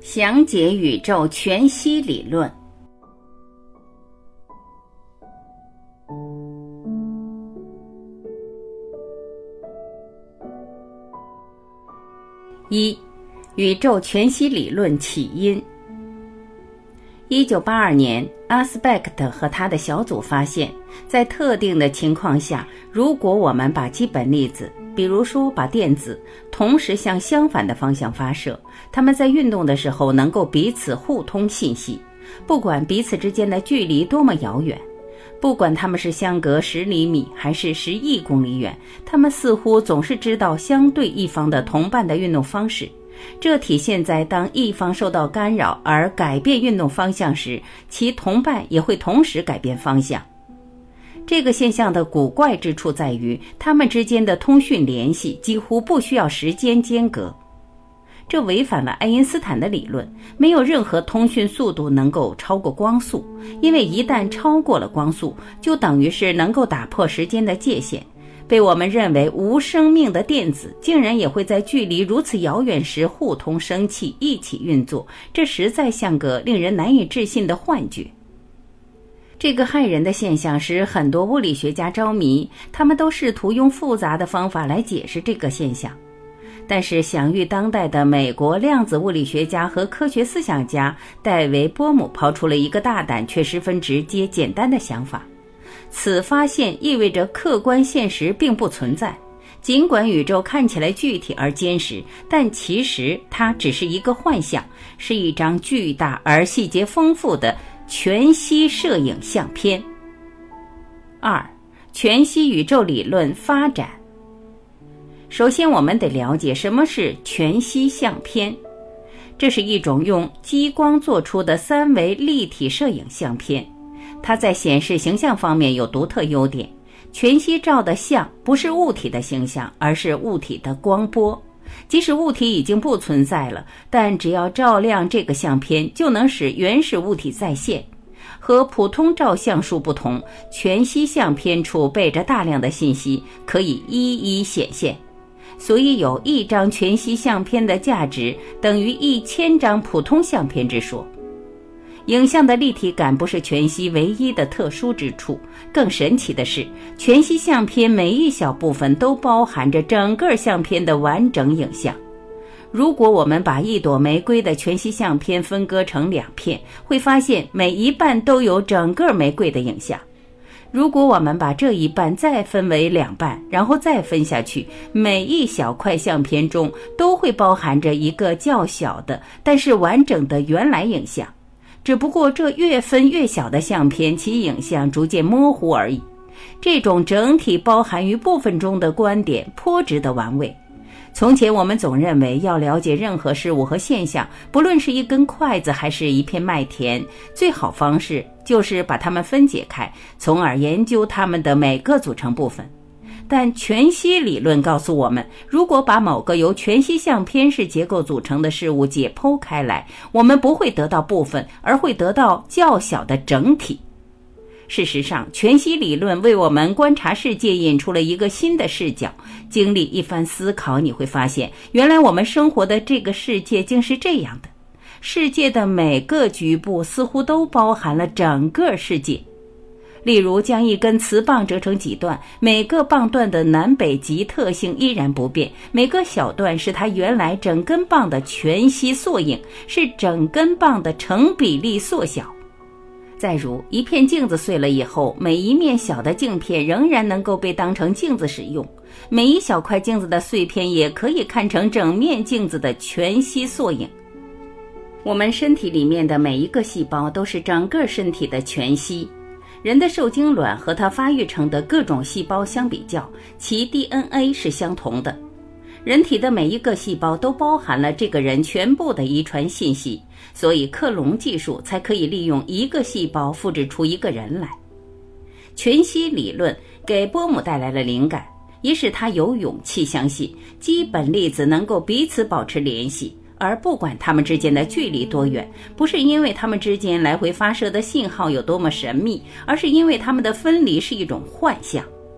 详解宇宙全息理论。一、宇宙全息理论起因。1982年，阿斯贝克特和他的小组发现，在特定的情况下，如果我们把基本粒子，比如说把电子，同时向相反的方向发射，它们在运动的时候能够彼此互通信息，不管彼此之间的距离多么遥远，不管它们是相隔10厘米还是10亿公里远，它们似乎总是知道相对一方的同伴的运动方式。这体现在当一方受到干扰而改变运动方向时，其同伴也会同时改变方向。这个现象的古怪之处在于，他们之间的通讯联系几乎不需要时间间隔。这违反了爱因斯坦的理论，没有任何通讯速度能够超过光速，因为一旦超过了光速，就等于是能够打破时间的界限。被我们认为无生命的电子竟然也会在距离如此遥远时互通生气，一起运作，这实在像个令人难以置信的幻觉。这个骇人的现象使很多物理学家着迷，他们都试图用复杂的方法来解释这个现象。但是享誉当代的美国量子物理学家和科学思想家戴维·波姆抛出了一个大胆却十分直接简单的想法。此发现意味着客观现实并不存在，尽管宇宙看起来具体而坚实，但其实它只是一个幻象，是一张巨大而细节丰富的全息摄影相片。2. 全息宇宙理论发展。首先我们得了解什么是全息相片。这是一种用激光做出的3维立体摄影相片，它在显示形象方面有独特优点。全息照的像不是物体的形象，而是物体的光波。即使物体已经不存在了，但只要照亮这个相片，就能使原始物体再现。和普通照相术不同，全息相片储备着大量的信息，可以一一显现。所以有1张全息相片的价值等于1000张普通相片之说。影像的立体感不是全息唯一的特殊之处，更神奇的是，全息相片每一小部分都包含着整个相片的完整影像。如果我们把一朵玫瑰的全息相片分割成2片，会发现每一半都有整个玫瑰的影像。如果我们把这一半再分为2半，然后再分下去，每一小块相片中都会包含着一个较小的但是完整的原来影像。只不过这越分越小的相片，其影像逐渐模糊而已。这种整体包含于部分中的观点颇值得玩味。从前我们总认为要了解任何事物和现象，不论是一根筷子还是一片麦田，最好方式就是把它们分解开，从而研究它们的每个组成部分。但全息理论告诉我们，如果把某个由全息相片式结构组成的事物解剖开来，我们不会得到部分，而会得到较小的整体。事实上，全息理论为我们观察世界引出了一个新的视角。经历一番思考，你会发现，原来我们生活的这个世界竟是这样的。世界的每个局部似乎都包含了整个世界。例如，将一根磁棒折成几段，每个棒段的南北极特性依然不变，每个小段是它原来整根棒的全息缩影，是整根棒的成比例缩小。再如，一片镜子碎了以后，每一面小的镜片仍然能够被当成镜子使用，每一小块镜子的碎片也可以看成整面镜子的全息缩影。我们身体里面的每一个细胞都是整个身体的全息。人的受精卵和它发育成的各种细胞相比较，其 DNA 是相同的。人体的每一个细胞都包含了这个人全部的遗传信息，所以克隆技术才可以利用一个细胞复制出一个人来。全息理论给波姆带来了灵感，也使他有勇气相信基本粒子能够彼此保持联系，而不管它们之间的距离多远，不是因为它们之间来回发射的信号有多么神秘，而是因为它们的分离是一种幻象。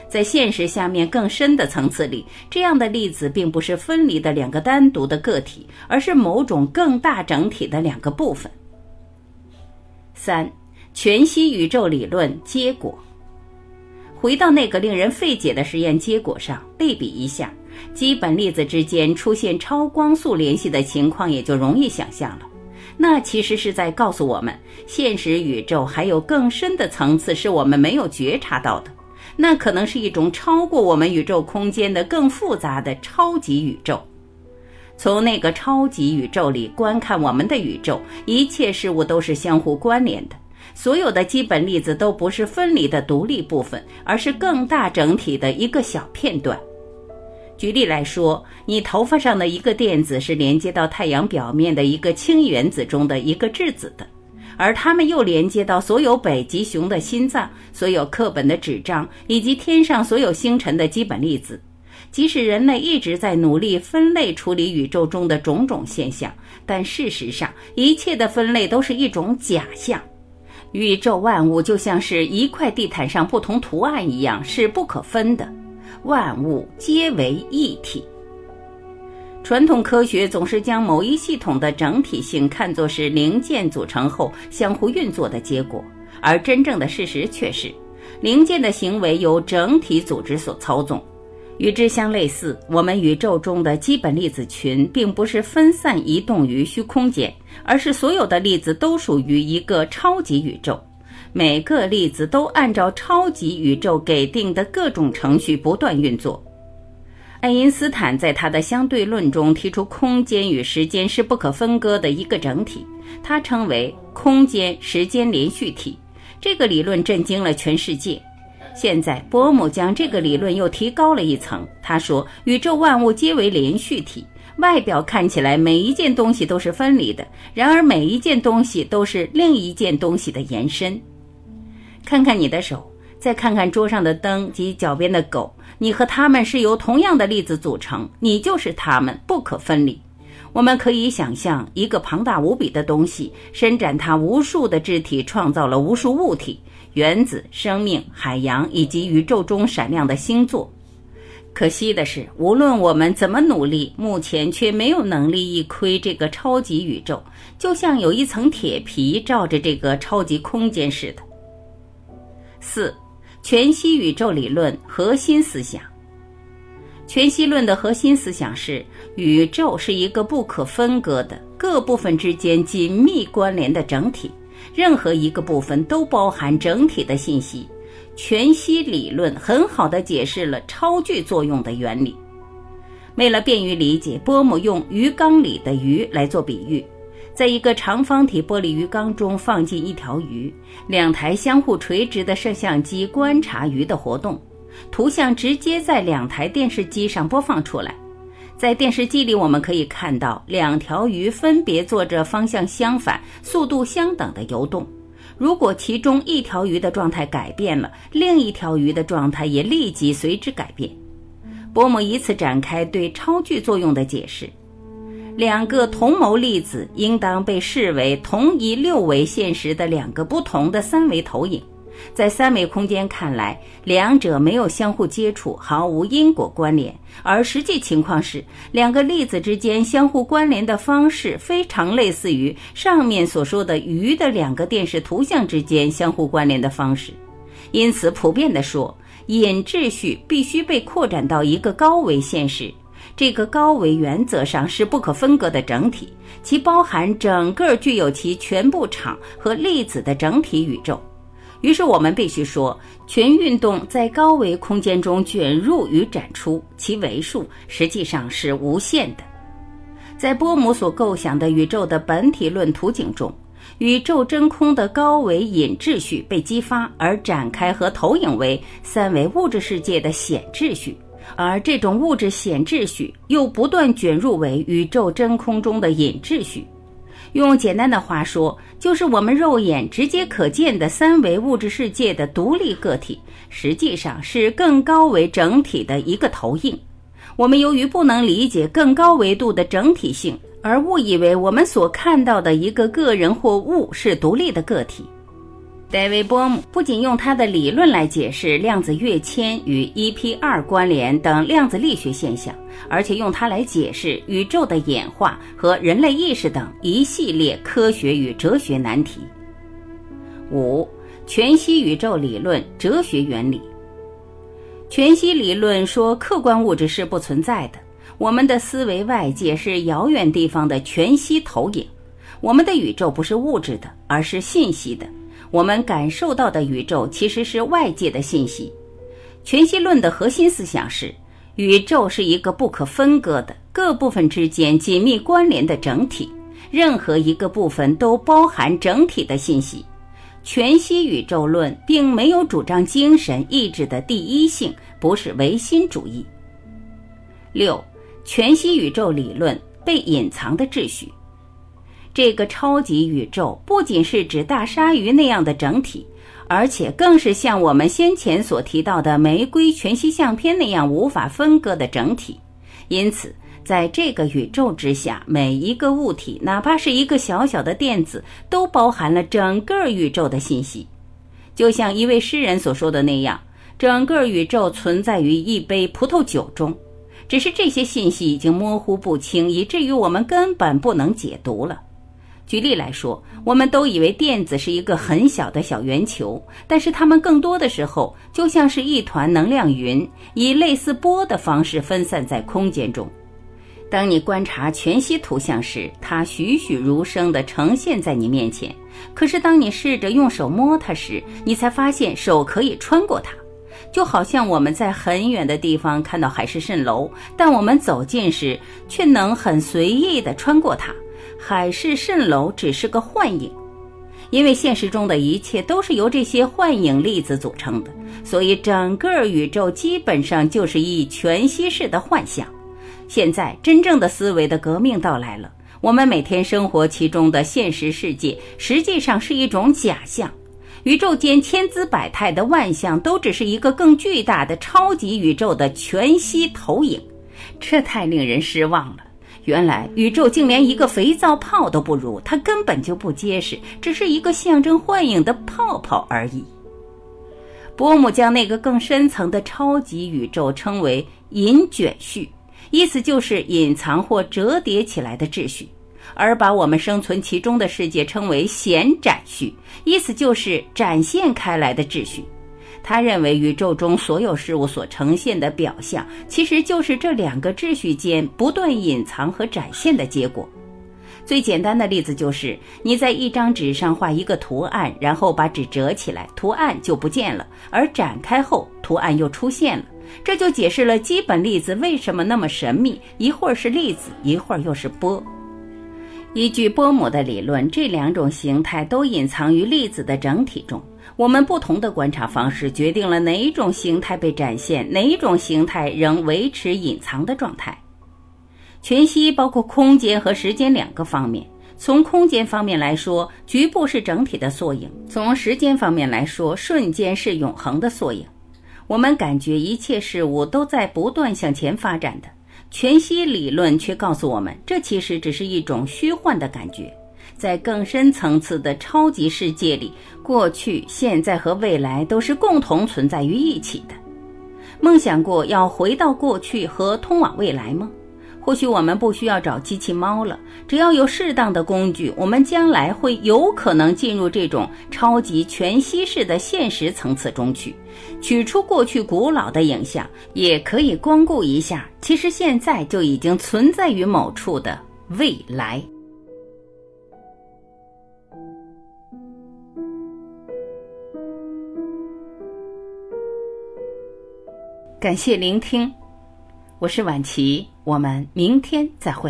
在现实下面更深的层次里，这样的粒子并不是分离的两个单独的个体，而是某种更大整体的两个部分。3. 全息宇宙理论结果。回到那个令人费解的实验结果上，类比一下，基本粒子之间出现超光速联系的情况也就容易想象了。那其实是在告诉我们，现实宇宙还有更深的层次是我们没有觉察到的，那可能是一种超过我们宇宙空间的更复杂的超级宇宙。从那个超级宇宙里观看我们的宇宙，一切事物都是相互关联的，所有的基本粒子都不是分离的独立部分，而是更大整体的一个小片段。举例来说，你头发上的一个电子是连接到太阳表面的一个氢原子中的一个质子的，而它们又连接到所有北极熊的心脏、所有课本的纸张以及天上所有星辰的基本粒子。即使人类一直在努力分类处理宇宙中的种种现象，但事实上一切的分类都是一种假象。宇宙万物就像是一块地毯上不同图案一样，是不可分的，万物皆为一体。传统科学总是将某一系统的整体性看作是零件组成后相互运作的结果，而真正的事实却是，零件的行为由整体组织所操纵。与之相类似，我们宇宙中的基本粒子群并不是分散移动于虚空间，而是所有的粒子都属于一个超级宇宙，每个粒子都按照超级宇宙给定的各种程序不断运作。爱因斯坦在他的相对论中提出空间与时间是不可分割的一个整体，他称为空间时间连续体。这个理论震惊了全世界。现在波姆将这个理论又提高了一层，他说宇宙万物皆为连续体，外表看起来每一件东西都是分离的，然而每一件东西都是另一件东西的延伸。看看你的手，再看看桌上的灯及脚边的狗，你和它们是由同样的粒子组成，你就是它们，不可分离。我们可以想象一个庞大无比的东西，伸展它无数的肢体，创造了无数物体，原子、生命、海洋以及宇宙中闪亮的星座。可惜的是，无论我们怎么努力，目前却没有能力一窥这个超级宇宙，就像有一层铁皮罩着这个超级空间似的。4. 全息宇宙理论核心思想。全息论的核心思想是，宇宙是一个不可分割的、各部分之间紧密关联的整体，任何一个部分都包含整体的信息。全息理论很好地解释了超距作用的原理。为了便于理解，波姆用鱼缸里的鱼来做比喻。在一个长方体玻璃鱼缸中放进一条鱼，两台相互垂直的摄像机观察鱼的活动，图像直接在两台电视机上播放出来。在电视机里，我们可以看到两条鱼分别做着方向相反、速度相等的游动。如果其中一条鱼的状态改变了，另一条鱼的状态也立即随之改变。波姆以此展开对超距作用的解释。两个同谋粒子应当被视为同一六维现实的两个不同的三维投影。在三维空间看来，两者没有相互接触，毫无因果关联，而实际情况是，两个粒子之间相互关联的方式非常类似于上面所说的鱼的两个电视图像之间相互关联的方式。因此普遍地说，隐秩序必须被扩展到一个高维现实，这个高维原则上是不可分割的整体，其包含整个具有其全部场和粒子的整体宇宙。于是我们必须说，全运动在高维空间中卷入与展出，其维数实际上是无限的。在波姆所构想的宇宙的本体论图景中，宇宙真空的高维隐秩序被激发而展开和投影为三维物质世界的显秩序，而这种物质显秩序又不断卷入为宇宙真空中的隐秩序。用简单的话说，就是我们肉眼直接可见的三维物质世界的独立个体，实际上是更高维整体的一个投影。我们由于不能理解更高维度的整体性，而误以为我们所看到的一个个人或物是独立的个体。 戴维·波姆不仅用他的理论来解释量子跃迁与 EP2 关联等量子力学现象，而且用它来解释宇宙的演化和人类意识等一系列科学与哲学难题。5. 全息宇宙理论哲学原理。全息理论说客观物质是不存在的，我们的思维外界是遥远地方的全息投影，我们的宇宙不是物质的，而是信息的，我们感受到的宇宙其实是外界的信息。全息论的核心思想是，宇宙是一个不可分割的各部分之间紧密关联的整体，任何一个部分都包含整体的信息。全息宇宙论并没有主张精神意志的第一性，不是唯心主义。6. 全息宇宙理论被隐藏的秩序。这个超级宇宙不仅是指大鲨鱼那样的整体，而且更是像我们先前所提到的玫瑰全息相片那样无法分割的整体。因此在这个宇宙之下，每一个物体，哪怕是一个小小的电子，都包含了整个宇宙的信息。就像一位诗人所说的那样，整个宇宙存在于一杯葡萄酒中，只是这些信息已经模糊不清，以至于我们根本不能解读了。举例来说，我们都以为电子是一个很小的小圆球，但是它们更多的时候就像是一团能量云，以类似波的方式分散在空间中。当你观察全息图像时，它栩栩如生地呈现在你面前，可是当你试着用手摸它时，你才发现手可以穿过它。就好像我们在很远的地方看到海市蜃楼，但我们走近时却能很随意地穿过它。海市蜃楼只是个幻影，因为现实中的一切都是由这些幻影粒子组成的，所以整个宇宙基本上就是一全息式的幻象。现在真正的思维的革命到来了，我们每天生活其中的现实世界实际上是一种假象，宇宙间千姿百态的万象都只是一个更巨大的超级宇宙的全息投影，这太令人失望了。原来宇宙竟连一个肥皂泡都不如，它根本就不结实，只是一个象征幻影的泡泡而已。波姆将那个更深层的超级宇宙称为隐卷序，意思就是隐藏或折叠起来的秩序，而把我们生存其中的世界称为显展序，意思就是展现开来的秩序。他认为宇宙中所有事物所呈现的表象，其实就是这两个秩序间不断隐藏和展现的结果。最简单的例子就是你在一张纸上画一个图案，然后把纸折起来，图案就不见了，而展开后图案又出现了。这就解释了基本粒子为什么那么神秘，一会儿是粒子，一会儿又是波。依据波姆的理论，这两种形态都隐藏于粒子的整体中，我们不同的观察方式决定了哪一种形态被展现，哪一种形态仍维持隐藏的状态。全息包括空间和时间两个方面，从空间方面来说，局部是整体的缩影；从时间方面来说，瞬间是永恒的缩影。我们感觉一切事物都在不断向前发展的，全息理论却告诉我们，这其实只是一种虚幻的感觉。在更深层次的超级世界里，过去、现在和未来都是共同存在于一起的。梦想过要回到过去和通往未来吗？或许我们不需要找机器猫了，只要有适当的工具，我们将来会有可能进入这种超级全息式的现实层次中去，取出过去古老的影像，也可以光顾一下其实现在就已经存在于某处的未来。感谢聆听，我是婉琪，我们明天再会。